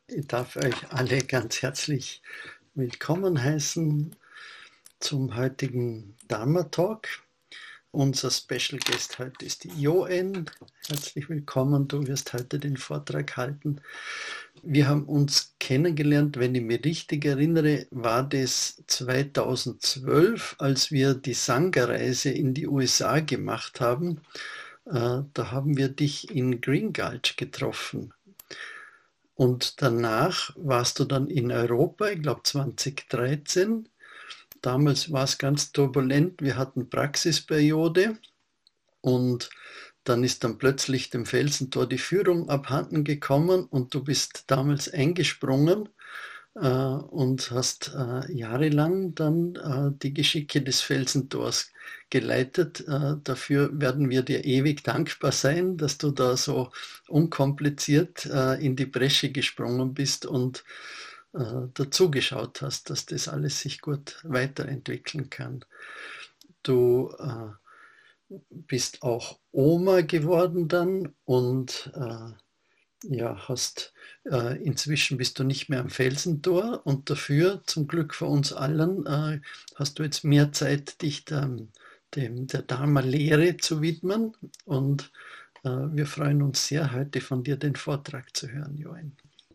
Ich darf euch alle ganz herzlich willkommen heißen zum heutigen Dharma Talk. Unser Special Guest heute ist die Joen. Herzlich willkommen, du wirst heute den Vortrag halten. Wir haben uns kennengelernt, wenn ich mich richtig erinnere, war das 2012, als wir die Sangha-Reise in die USA gemacht haben. Da haben wir dich in Green Gulch getroffen. Und danach warst du dann in Europa, ich glaube 2013. Damals war es ganz turbulent. Wir hatten Praxisperiode und dann ist dann plötzlich dem Felsentor die Führung abhanden gekommen und du bist damals eingesprungen und hast jahrelang dann die Geschicke des Felsentors geleitet. Dafür werden wir dir ewig dankbar sein, dass du da so unkompliziert in die Bresche gesprungen bist und dazugeschaut hast, dass das alles sich gut weiterentwickeln kann. Du bist auch Oma geworden dann und ja, inzwischen bist du nicht mehr am Felsentor und dafür, zum Glück für uns allen, hast du jetzt mehr Zeit, dich der Dharma-Lehre zu widmen und wir freuen uns sehr, heute von dir den Vortrag zu hören, Joen.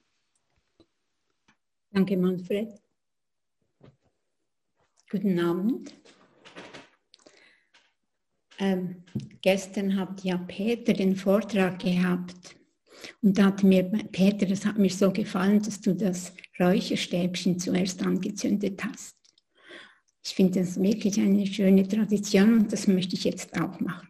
Danke, Manfred. Guten Abend. Gestern hat ja Peter den Vortrag gehabt. Und da hat mir, Peter, das hat mir so gefallen, dass du das Räucherstäbchen zuerst angezündet hast. Ich finde das wirklich eine schöne Tradition und das möchte ich jetzt auch machen.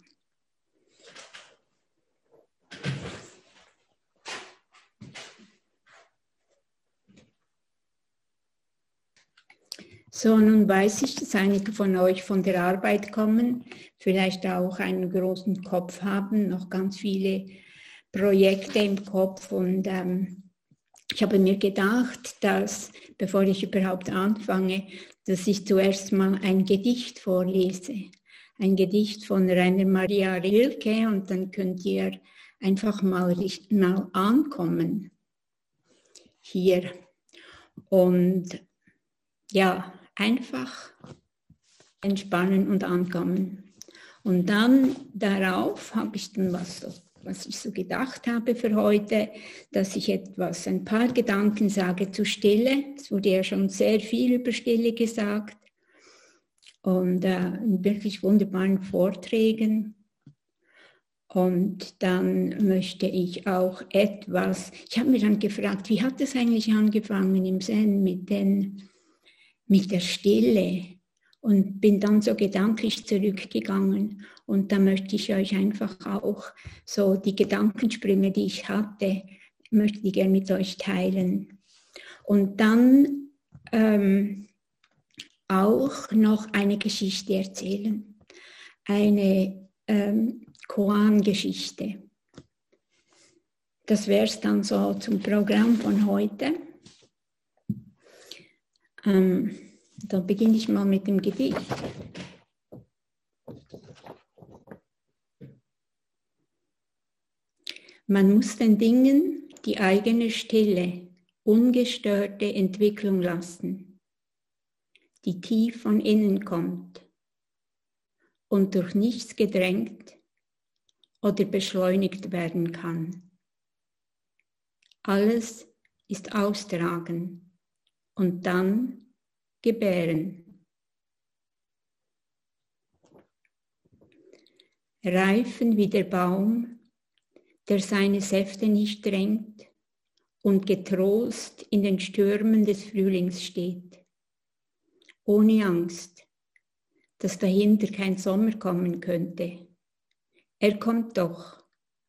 So, nun weiß ich, dass einige von euch von der Arbeit kommen, vielleicht auch einen großen Kopf haben, noch ganz viele Projekte im Kopf und ich habe mir gedacht, dass, bevor ich überhaupt anfange, dass ich zuerst mal ein Gedicht vorlese. Ein Gedicht von Rainer Maria Rilke und dann könnt ihr einfach mal ankommen hier. Und ja, einfach entspannen und ankommen. Und dann darauf habe ich dann was ich so gedacht habe für heute, dass ich ein paar Gedanken sage zu Stille. Es wurde ja schon sehr viel über Stille gesagt und in wirklich wunderbaren Vorträgen. Und dann möchte ich auch ich habe mir dann gefragt, wie hat es eigentlich angefangen im Zen mit der Stille und bin dann so gedanklich zurückgegangen und da möchte ich euch einfach auch so die Gedankensprünge, die ich hatte, möchte ich gerne mit euch teilen. Und dann auch noch eine Geschichte erzählen, eine Koan-Geschichte. Das wäre es dann so zum Programm von heute. Dann beginne ich mal mit dem Gedicht. Man muss den Dingen die eigene stille, ungestörte Entwicklung lassen, die tief von innen kommt und durch nichts gedrängt oder beschleunigt werden kann. Alles ist austragen und dann gebären. Reifen wie der Baum, der seine Säfte nicht drängt und getrost in den Stürmen des Frühlings steht, ohne Angst, dass dahinter kein Sommer kommen könnte. Er kommt doch.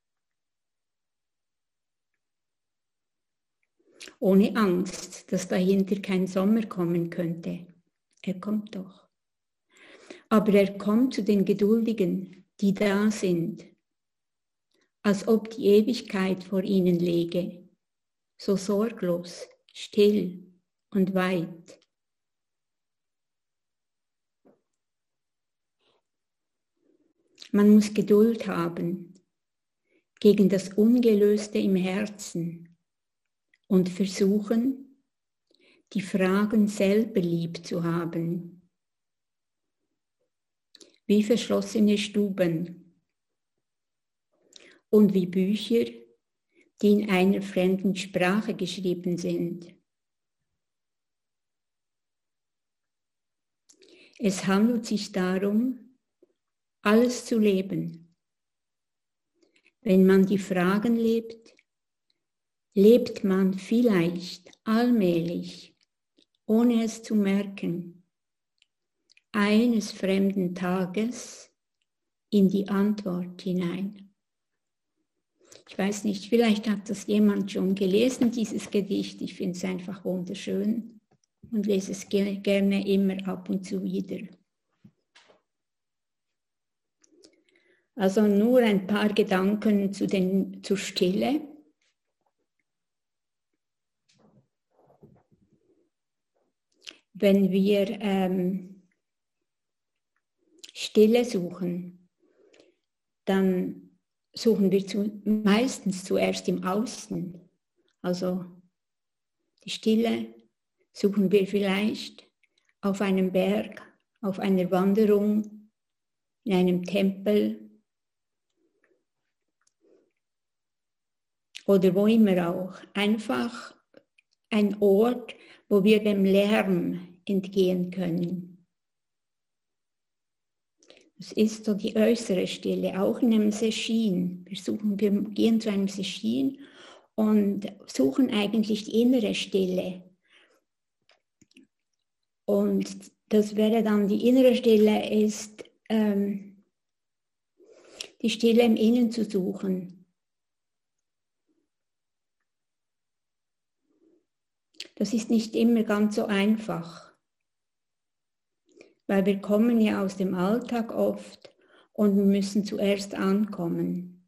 Ohne Angst, dass dahinter kein Sommer kommen könnte. Er kommt doch. Aber er kommt zu den Geduldigen, die da sind, als ob die Ewigkeit vor ihnen läge, so sorglos, still und weit. Man muss Geduld haben gegen das Ungelöste im Herzen, und versuchen, die Fragen selber lieb zu haben. Wie verschlossene Stuben und wie Bücher, die in einer fremden Sprache geschrieben sind. Es handelt sich darum, alles zu leben. Wenn man die Fragen lebt, lebt man vielleicht allmählich, ohne es zu merken, eines fremden Tages in die Antwort hinein. Ich weiß nicht, vielleicht hat das jemand schon gelesen, dieses Gedicht. Ich finde es einfach wunderschön und lese es gerne immer ab und zu wieder. Also nur ein paar Gedanken zur Stille. Wenn wir Stille suchen, dann suchen wir meistens zuerst im Außen. Also die Stille suchen wir vielleicht auf einem Berg, auf einer Wanderung, in einem Tempel oder wo immer auch. Einfach ein Ort, wo wir dem Lärm entgehen können. Das ist so die äußere Stille, auch in einem Sesshin. Wir gehen zu einem Sesshin und suchen eigentlich die innere Stille. Und das wäre dann, die innere Stille ist die Stille im Innen zu suchen. Das ist nicht immer ganz so einfach, weil wir kommen ja aus dem Alltag oft und wir müssen zuerst ankommen.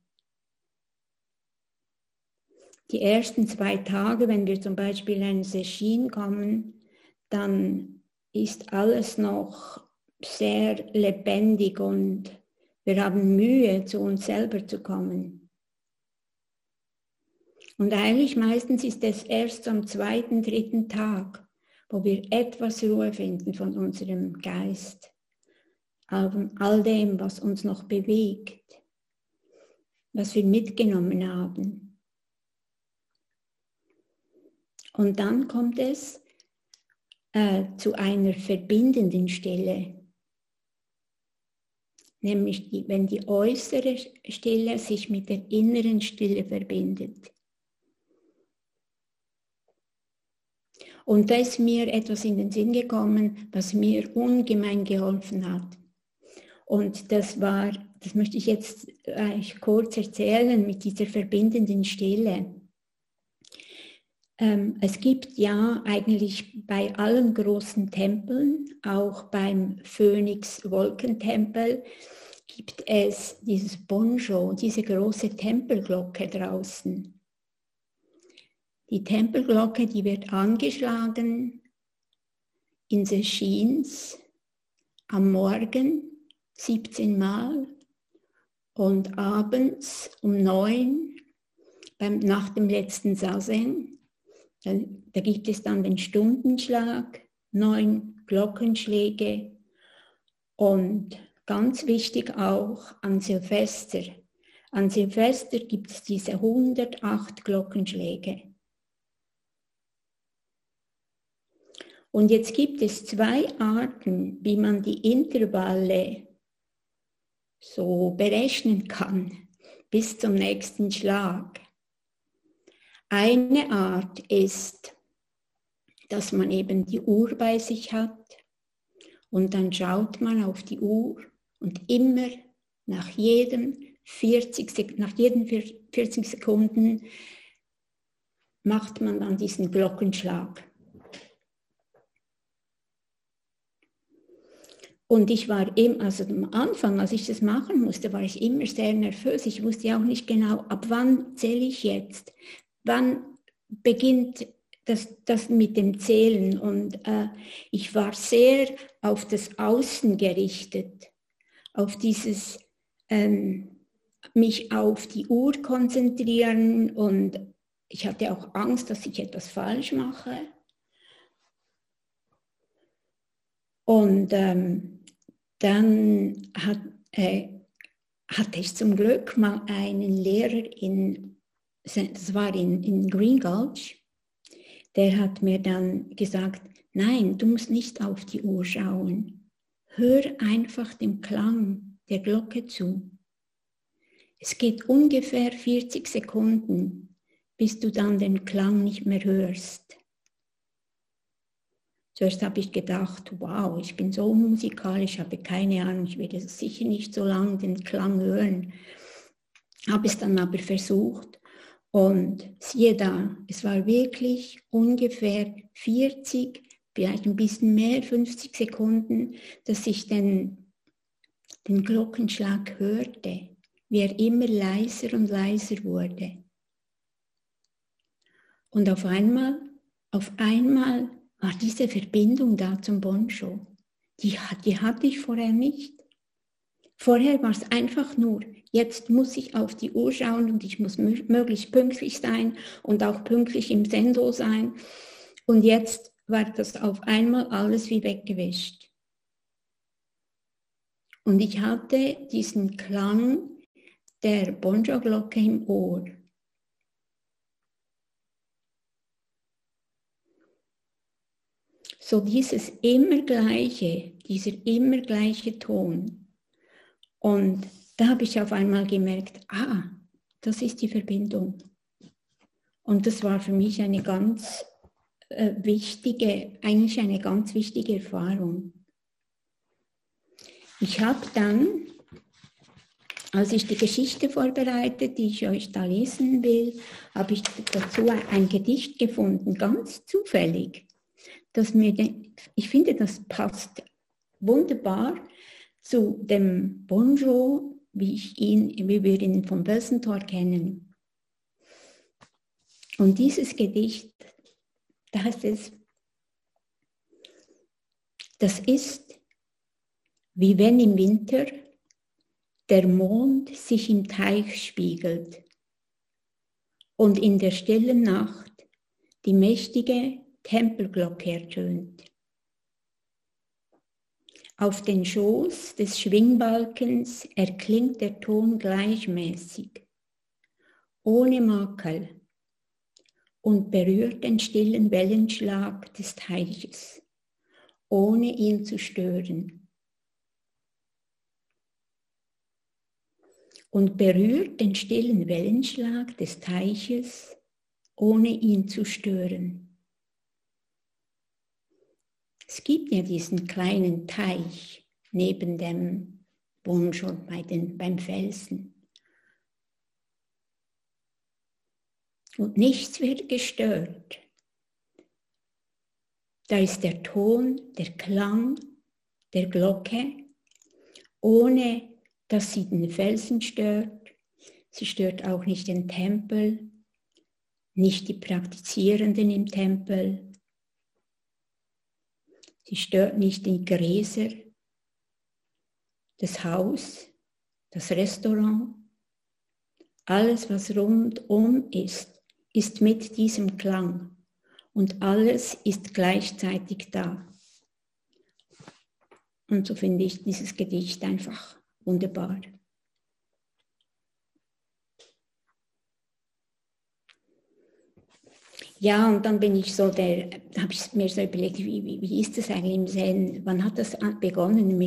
Die ersten 2 Tage, wenn wir zum Beispiel in ein Sesshin kommen, dann ist alles noch sehr lebendig und wir haben Mühe, zu uns selber zu kommen. Und eigentlich meistens ist es erst am 2., 3. Tag, wo wir etwas Ruhe finden von unserem Geist, all dem, was uns noch bewegt, was wir mitgenommen haben. Und dann kommt es zu einer verbindenden Stille, nämlich wenn die äußere Stille sich mit der inneren Stille verbindet. Und da ist mir etwas in den Sinn gekommen, was mir ungemein geholfen hat. Und das möchte ich jetzt kurz erzählen mit dieser verbindenden Stille. Es gibt ja eigentlich bei allen großen Tempeln, auch beim Phönix-Wolkentempel, gibt es dieses Bonjo, diese große Tempelglocke draußen. Die Tempelglocke, die wird angeschlagen in Sessins am Morgen 17 Mal und abends um 9 nach dem letzten Zazen. Da gibt es dann den Stundenschlag, 9 Glockenschläge und ganz wichtig auch an Silvester. An Silvester gibt es diese 108 Glockenschläge. Und jetzt gibt es 2 Arten, wie man die Intervalle so berechnen kann bis zum nächsten Schlag. Eine Art ist, dass man eben die Uhr bei sich hat und dann schaut man auf die Uhr und immer nach jeden 40 Sekunden macht man dann diesen Glockenschlag. Und ich war am Anfang, als ich das machen musste, war ich immer sehr nervös. Ich wusste ja auch nicht genau, ab wann zähle ich jetzt? Wann beginnt das mit dem Zählen? Und ich war sehr auf das Außen gerichtet, auf dieses mich auf die Uhr konzentrieren und ich hatte auch Angst, dass ich etwas falsch mache. Und dann hatte ich zum Glück mal einen Lehrer das war in Green Gulch, der hat mir dann gesagt, nein, du musst nicht auf die Uhr schauen. Hör einfach dem Klang der Glocke zu. Es geht ungefähr 40 Sekunden, bis du dann den Klang nicht mehr hörst. Zuerst habe ich gedacht, wow, ich bin so musikalisch, habe keine Ahnung, ich werde sicher nicht so lange den Klang hören. Habe es dann aber versucht und siehe da, es war wirklich ungefähr 40, vielleicht ein bisschen mehr, 50 Sekunden, dass ich den Glockenschlag hörte, wie er immer leiser und leiser wurde. Und auf einmal war diese Verbindung da zum Bonjour. Die hatte ich vorher nicht. Vorher war es einfach nur, jetzt muss ich auf die Uhr schauen und ich muss möglichst pünktlich sein und auch pünktlich im Sendo sein. Und jetzt war das auf einmal alles wie weggewischt. Und ich hatte diesen Klang der Bonjour-Glocke im Ohr. So dieser immer gleiche Ton. Und da habe ich auf einmal gemerkt, das ist die Verbindung. Und das war für mich eine ganz wichtige Erfahrung. Ich habe dann, als ich die Geschichte vorbereitet, die ich euch da lesen will, habe ich dazu ein Gedicht gefunden, ganz zufällig. Ich finde, das passt wunderbar zu dem Bonjour, wie wir ihn vom Börsentor kennen. Und dieses Gedicht, da heißt es, das ist, wie wenn im Winter der Mond sich im Teich spiegelt und in der stillen Nacht die mächtige Tempelglocke ertönt. Auf den Schoß des Schwingbalkens erklingt der Ton gleichmäßig, ohne Makel und berührt den stillen Wellenschlag des Teiches, ohne ihn zu stören. Und berührt den stillen Wellenschlag des Teiches, ohne ihn zu stören. Es gibt ja diesen kleinen Teich neben dem Bonjour beim Felsen. Und nichts wird gestört. Da ist der Ton, der Klang der Glocke, ohne dass sie den Felsen stört. Sie stört auch nicht den Tempel, nicht die Praktizierenden im Tempel. Sie stört nicht die Gräser, das Haus, das Restaurant. Alles, was rundum ist mit diesem Klang. Und alles ist gleichzeitig da. Und so finde ich dieses Gedicht einfach wunderbar. Ja, und dann habe ich mir so überlegt, wie ist das eigentlich im Zen? Wann hat das begonnen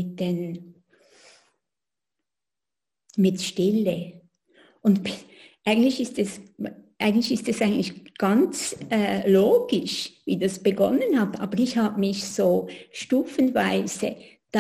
mit Stille? Und eigentlich ist es eigentlich ganz logisch, wie das begonnen hat, aber ich habe mich so stufenweise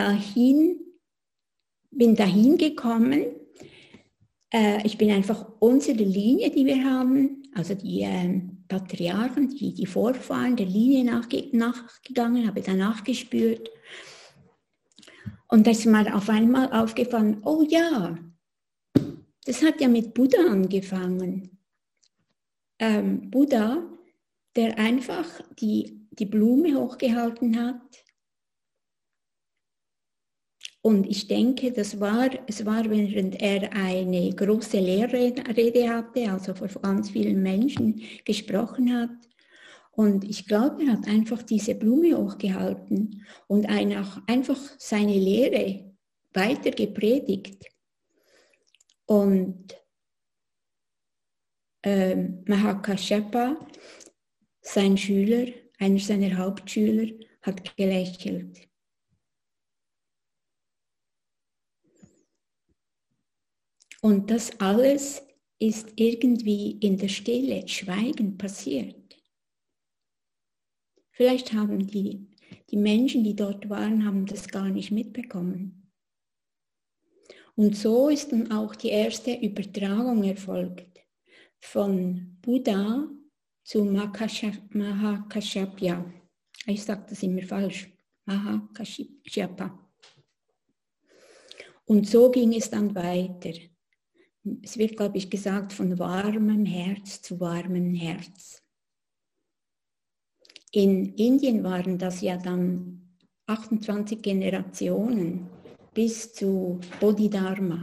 bin dahin gekommen. Ich bin einfach unsere Linie, die wir haben, also die Patriarchen, die Vorfahren der Linie nachgegangen, habe da nachgespürt. Und da ist mir auf einmal aufgefallen, oh ja, das hat ja mit Buddha angefangen. Buddha, der einfach die Blume hochgehalten hat Und ich denke, es war, während er eine große Lehrrede hatte, also vor ganz vielen Menschen gesprochen hat. Und ich glaube, er hat einfach diese Blume hochgehalten und einfach seine Lehre weiter gepredigt. Und Mahakashyapa, sein Schüler, einer seiner Hauptschüler, hat gelächelt. Und das alles ist irgendwie in der Stille, schweigend passiert. Vielleicht haben die Menschen, die dort waren, haben das gar nicht mitbekommen. Und so ist dann auch die erste Übertragung erfolgt von Buddha zu Mahakashyapa. Ich sage das immer falsch. Mahakashyapa. Und so ging es dann weiter. Es wird, glaube ich, gesagt, von warmem Herz zu warmem Herz. In Indien waren das ja dann 28 Generationen bis zu Bodhidharma.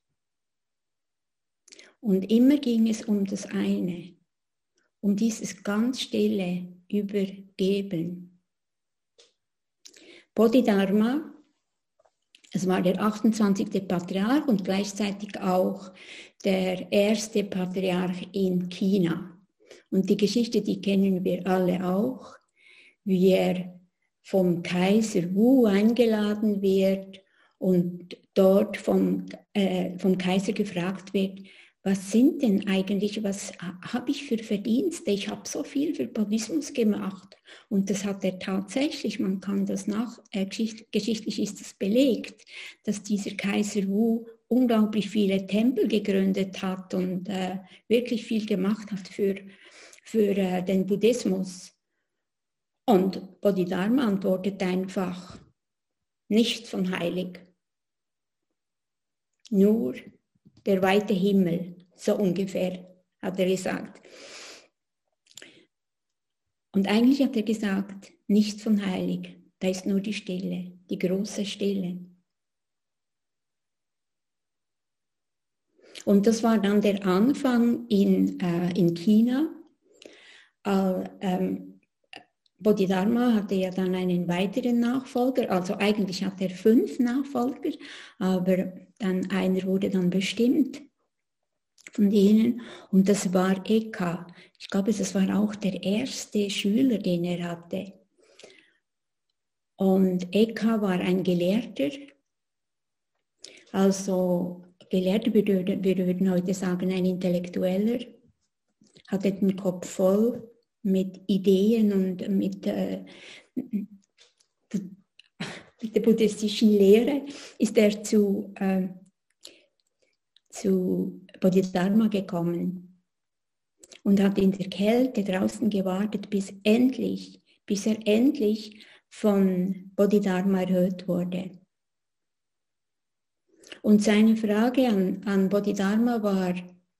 Und immer ging es um das eine, um dieses ganz stille Übergeben. Bodhidharma, es war der 28. Patriarch und gleichzeitig auch der erste Patriarch in China. Und die Geschichte, die kennen wir alle auch, wie er vom Kaiser Wu eingeladen wird und dort vom Kaiser gefragt wird, was sind denn eigentlich, was habe ich für Verdienste? Ich habe so viel für Buddhismus gemacht. Und das hat er tatsächlich, man kann das geschichtlich ist das belegt, dass dieser Kaiser Wu unglaublich viele Tempel gegründet hat und wirklich viel gemacht hat für den Buddhismus. Und Bodhidharma antwortet einfach, nichts von heilig, nur der weite Himmel, so ungefähr, hat er gesagt. Und eigentlich hat er gesagt, nichts von heilig, da ist nur die Stille, die große Stille. Und das war dann der Anfang in China. Bodhidharma hatte ja dann einen weiteren Nachfolger, also eigentlich hat er 5 Nachfolger, aber dann einer wurde dann bestimmt von denen und das war Eka. Ich glaube, das war auch der erste Schüler, den er hatte. Und Eka war ein Gelehrter, also Gelehrter, wir würden heute sagen, ein Intellektueller, hatte den Kopf voll mit Ideen und mit der buddhistischen Lehre, ist er zu Bodhidharma gekommen und hat in der Kälte draußen gewartet, bis er endlich von Bodhidharma erhört wurde. Und seine Frage an Bodhidharma war,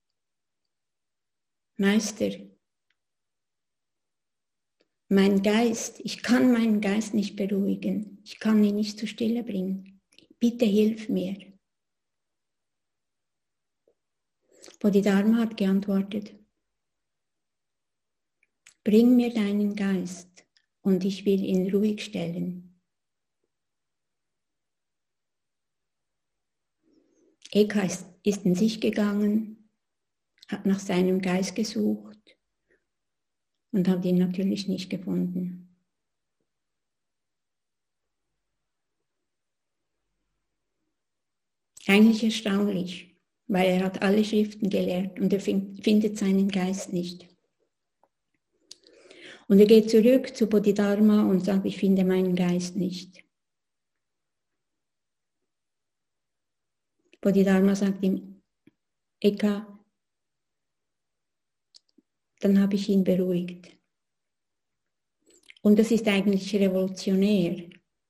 Meister, mein Geist, ich kann meinen Geist nicht beruhigen, ich kann ihn nicht zur Stille bringen. Bitte hilf mir. Bodhidharma hat geantwortet, bring mir deinen Geist und ich will ihn ruhig stellen. Eka ist in sich gegangen, hat nach seinem Geist gesucht und hat ihn natürlich nicht gefunden. Eigentlich erstaunlich, weil er hat alle Schriften gelehrt und er findet seinen Geist nicht. Und er geht zurück zu Bodhidharma und sagt, ich finde meinen Geist nicht. Bodhidharma sagt ihm, Eka, dann habe ich ihn beruhigt. Und das ist eigentlich revolutionär,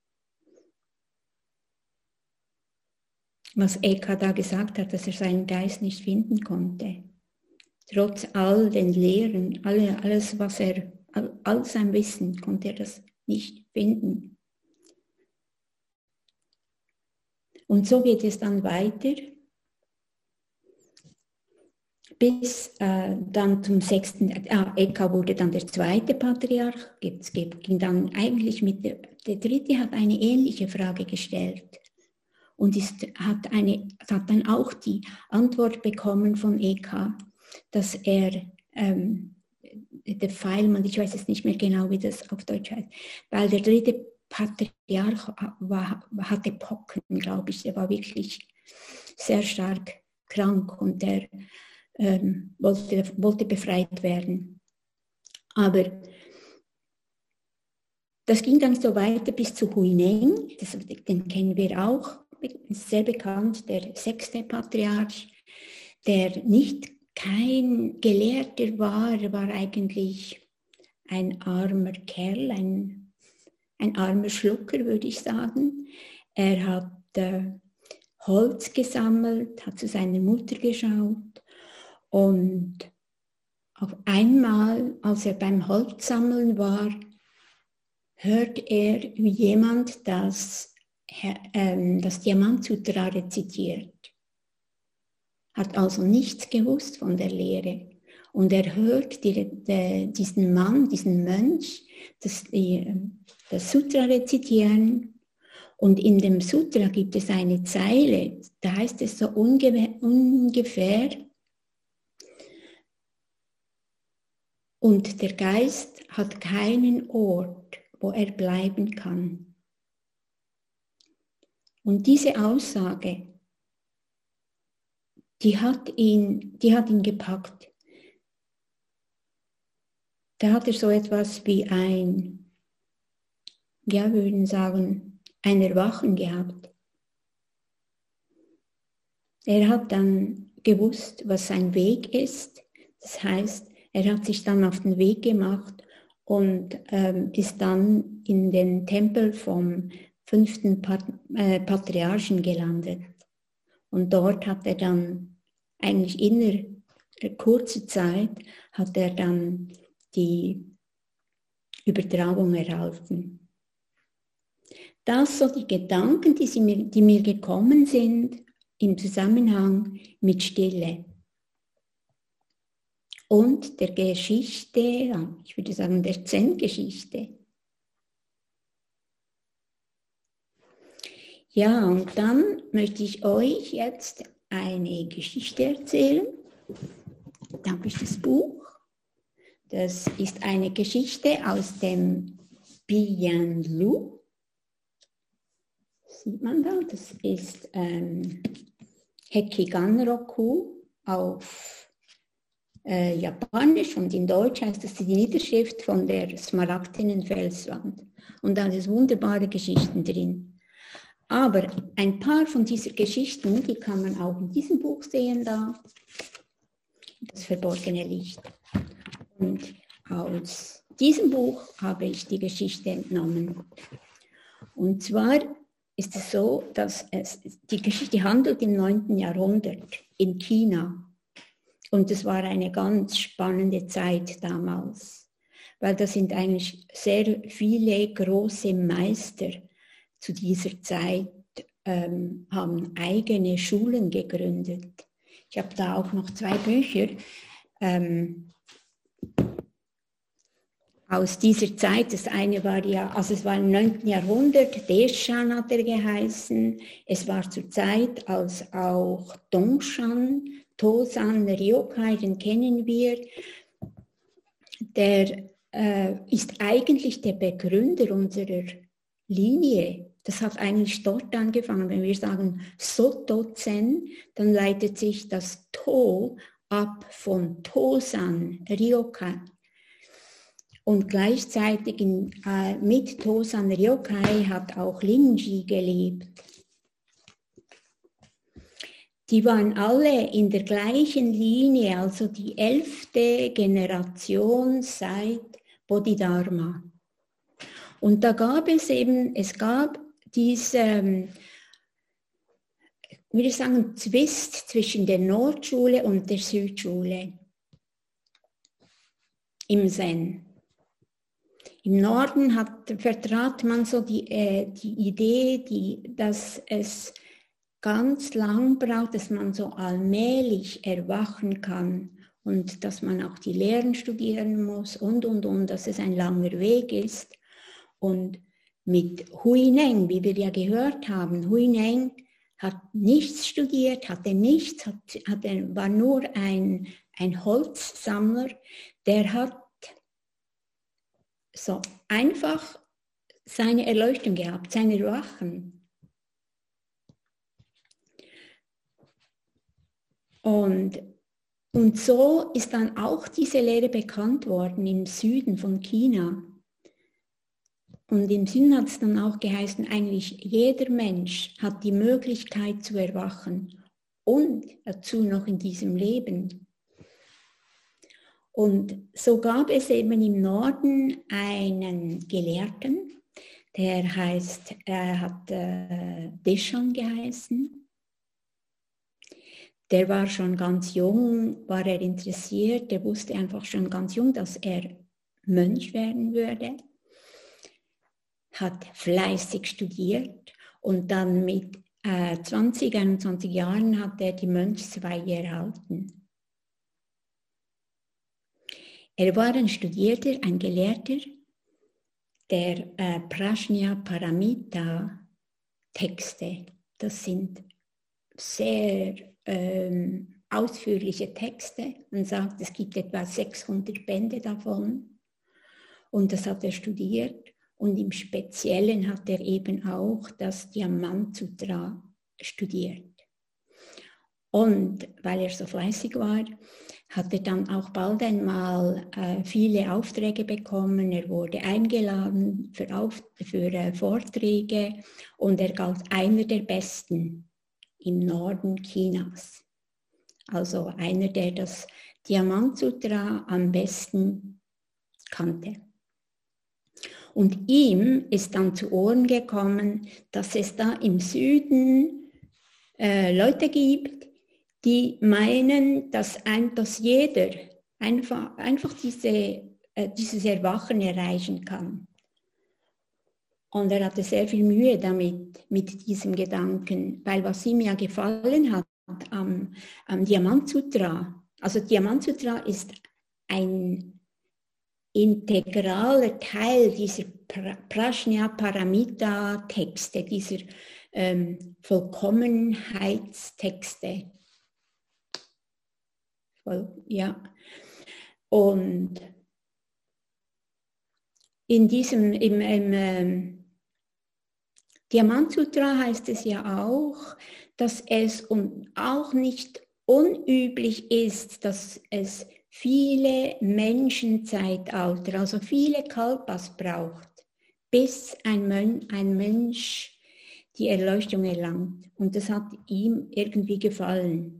was Eka da gesagt hat, dass er seinen Geist nicht finden konnte. Trotz all den Lehren, alles, all sein Wissen, konnte er das nicht finden. Und so geht es dann weiter, bis dann zum 6. Eka wurde dann der zweite Patriarch, ging dann eigentlich der dritte hat eine ähnliche Frage gestellt und hat dann auch die Antwort bekommen von Eka, dass er der Pfeilmann, ich weiß jetzt nicht mehr genau, wie das auf Deutsch heißt, weil der dritte Patriarch hatte Pocken, glaube ich, er war wirklich sehr stark krank und der wollte befreit werden. Aber das ging dann so weiter bis zu Huineng, den kennen wir auch, ist sehr bekannt, der 6. Patriarch, der nicht kein Gelehrter war, er war eigentlich ein armer Kerl, ein armer Schlucker, würde ich sagen. Er hat Holz gesammelt, hat zu seiner Mutter geschaut und auf einmal, als er beim Holzsammeln war, hört er, wie jemand das Diamantsutra rezitiert. Hat also nichts gewusst von der Lehre. Und er hört diesen Mann, diesen Mönch, das Sutra rezitieren. Und in dem Sutra gibt es eine Zeile, da heißt es so ungefähr, und der Geist hat keinen Ort, wo er bleiben kann. Und diese Aussage, die hat ihn gepackt. Da hat er so etwas wie ein Erwachen gehabt. Er hat dann gewusst, was sein Weg ist. Das heißt, er hat sich dann auf den Weg gemacht und ist dann in den Tempel vom 5. Patriarchen gelandet. Und dort hat er dann eigentlich in kurzer Zeit hat er dann die Übertragung erhalten. Das so die Gedanken, die mir gekommen sind im Zusammenhang mit Stille und der Geschichte, ich würde sagen der Zen-Geschichte. Ja, und dann möchte ich euch jetzt eine Geschichte erzählen. Da habe ich das Buch. Das ist eine Geschichte aus dem Bianlu. Sieht man da? Das ist Hekigan-Roku auf Japanisch und in Deutsch heißt das die Niederschrift von der smaragdenen Felswand. Und da sind wunderbare Geschichten drin. Aber ein paar von diesen Geschichten, die kann man auch in diesem Buch sehen, da, das verborgene Licht. Und aus diesem Buch habe ich die Geschichte entnommen. Und zwar ist es so, dass die Geschichte handelt im 9. Jahrhundert in China. Und es war eine ganz spannende Zeit damals, weil da sind eigentlich sehr viele große Meister zu dieser Zeit haben eigene Schulen gegründet. Ich habe da auch noch 2 Bücher aus dieser Zeit. Das eine war es war im 9. Jahrhundert, Deshan hat er geheißen. Es war zur Zeit, als auch Dongshan, Tosan, Ryokai, den kennen wir. Der ist eigentlich der Begründer unserer Linie. Das hat eigentlich dort angefangen. Wenn wir sagen Soto-Zen, dann leitet sich das To ab von Tosan, Ryokai. Und gleichzeitig mit Tosan Ryokai hat auch Linji gelebt. Die waren alle in der gleichen Linie, also die 11. Generation seit Bodhidharma. Und da gab es diese, würde ich sagen, Zwist zwischen der Nordschule und der Südschule im Zen. Im Norden vertrat man so die Idee, dass es ganz lang braucht, dass man so allmählich erwachen kann und dass man auch die Lehren studieren muss und, dass es ein langer Weg ist. Und mit Huineng, wie wir ja gehört haben, Huineng hat nichts studiert, hatte nichts, war nur ein Holzsammler, der hat so einfach seine Erleuchtung gehabt, seine Erwachen. Und so ist dann auch diese Lehre bekannt worden im Süden von China. Und im Süden hat es dann auch geheißen, eigentlich jeder Mensch hat die Möglichkeit zu erwachen und dazu noch in diesem Leben. Und so gab es eben im Norden einen Gelehrten, der hat Deschan geheißen. Der war schon ganz jung, war er interessiert, der wusste einfach schon ganz jung, dass er Mönch werden würde, hat fleißig studiert und dann mit 21 Jahren hat er die Mönchsweihe erhalten. Er war ein Studierter, ein Gelehrter, der Prajnaparamita Texte, das sind sehr ausführliche Texte. Man sagt, es gibt etwa 600 Bände davon und das hat er studiert und im Speziellen hat er eben auch das Diamant-Sutra studiert. Und weil er so fleißig war, hat er dann auch bald einmal viele Aufträge bekommen. Er wurde eingeladen für Vorträge und er galt einer der Besten im Norden Chinas. Also einer, der das Diamant-Sutra am besten kannte. Und ihm ist dann zu Ohren gekommen, dass es da im Süden Leute gibt, die meinen, dass jeder einfach dieses Erwachen erreichen kann. Und er hatte sehr viel Mühe damit, mit diesem Gedanken, weil was ihm ja gefallen hat am Diamant-Sutra, also Diamant-Sutra ist ein integraler Teil dieser Prajnaparamita-Texte, dieser Vollkommenheitstexte. Ja. Und in diesem, im Diamant-Sutra heißt es ja auch, dass es auch nicht unüblich ist, dass es viele Menschenzeitalter, also viele Kalpas braucht, bis ein Mensch die Erleuchtung erlangt. Und das hat ihm irgendwie gefallen.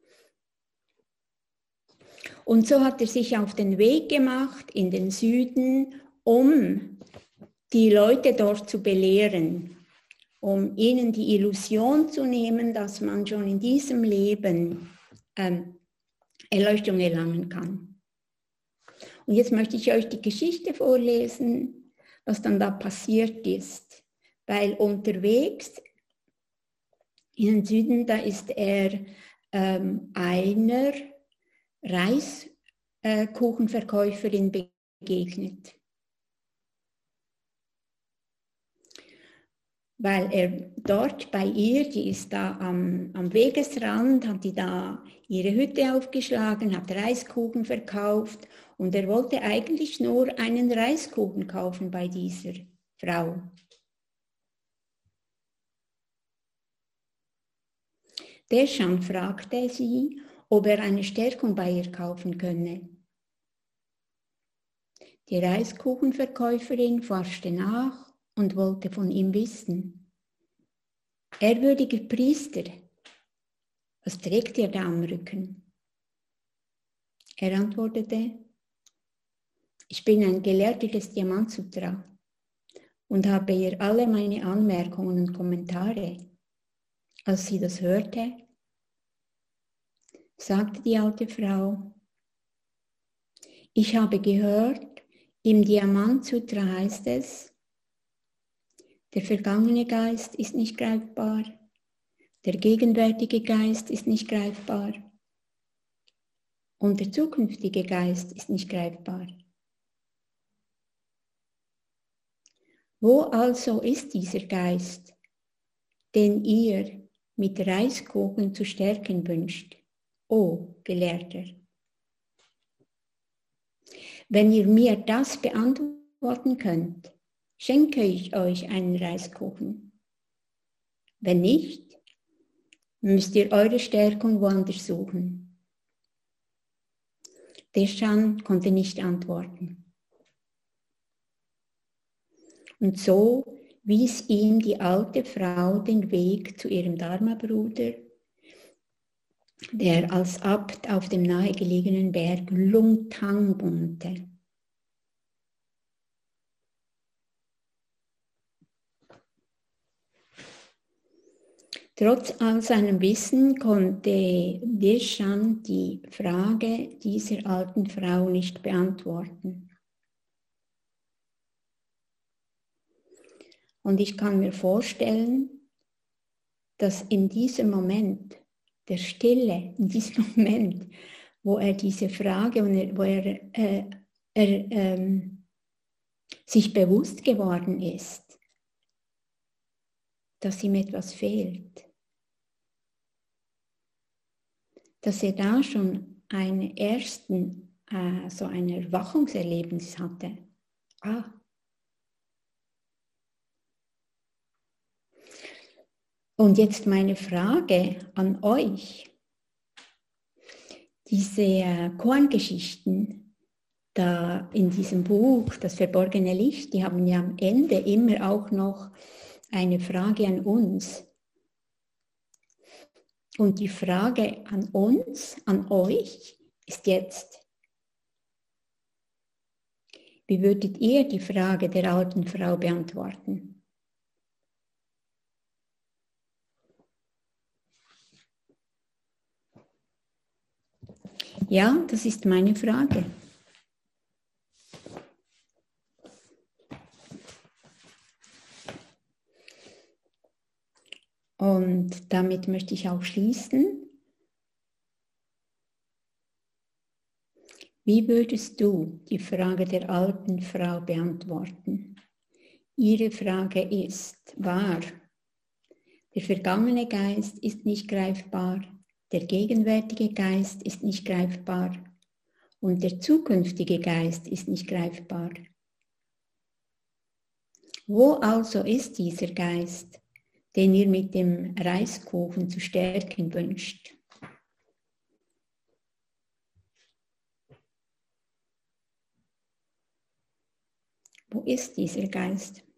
Und so hat er sich auf den Weg gemacht in den Süden, um die Leute dort zu belehren, um ihnen die Illusion zu nehmen, dass man schon in diesem Leben Erleuchtung erlangen kann. Und jetzt möchte ich euch die Geschichte vorlesen, was dann da passiert ist. Weil unterwegs in den Süden, da ist er einer Reiskuchenverkäuferin begegnet. Weil er dort bei ihr, die ist da am Wegesrand, hat die da ihre Hütte aufgeschlagen, hat Reiskuchen verkauft und er wollte eigentlich nur einen Reiskuchen kaufen bei dieser Frau. Deschan fragte sie, ob er eine Stärkung bei ihr kaufen könne. Die Reiskuchenverkäuferin forschte nach und wollte von ihm wissen: Ehrwürdiger Priester, was trägt ihr da am Rücken? Er antwortete: Ich bin ein Gelehrter des Diamant-Sutra und habe ihr alle meine Anmerkungen und Kommentare. Als sie das hörte, sagte die alte Frau: Ich habe gehört, im Diamant-Sutra heißt es, der vergangene Geist ist nicht greifbar, Der gegenwärtige Geist ist nicht greifbar. Und der zukünftige Geist ist nicht greifbar. Wo also ist dieser Geist, den ihr mit Reiskuchen zu stärken wünscht, o Gelehrter? Wenn ihr mir das beantworten könnt, schenke ich euch einen Reiskuchen. Wenn nicht, müsst ihr eure Stärkung woanders suchen. Deschan konnte nicht antworten. Und so wies ihm die alte Frau den Weg zu ihrem Dharma-Bruder, der als Abt auf dem nahegelegenen Berg Lungtang wohnte. Trotz all seinem Wissen konnte Deschan die Frage dieser alten Frau nicht beantworten. Und ich kann mir vorstellen, dass in diesem Moment der Stille, in diesem Moment, wo er diese Frage, wo er sich bewusst geworden ist, dass ihm etwas fehlt, dass er da schon einen ersten, so ein Erwachungserlebnis hatte. Und jetzt meine Frage an euch. Diese Koan-Geschichten da in diesem Buch, das verborgene Licht, die haben ja am Ende immer auch noch eine Frage an uns. Und die Frage an uns, an euch, ist jetzt: Wie würdet ihr die Frage der alten Frau beantworten? Ja, das ist meine Frage. Und damit möchte ich auch schließen. Wie würdest du die Frage der alten Frau beantworten? Ihre Frage ist wahr. Der vergangene Geist ist nicht greifbar, der gegenwärtige Geist ist nicht greifbar und der zukünftige Geist ist nicht greifbar. Wo also ist dieser Geist, den ihr mit dem Reiskuchen zu stärken wünscht? Wo ist dieser Geist?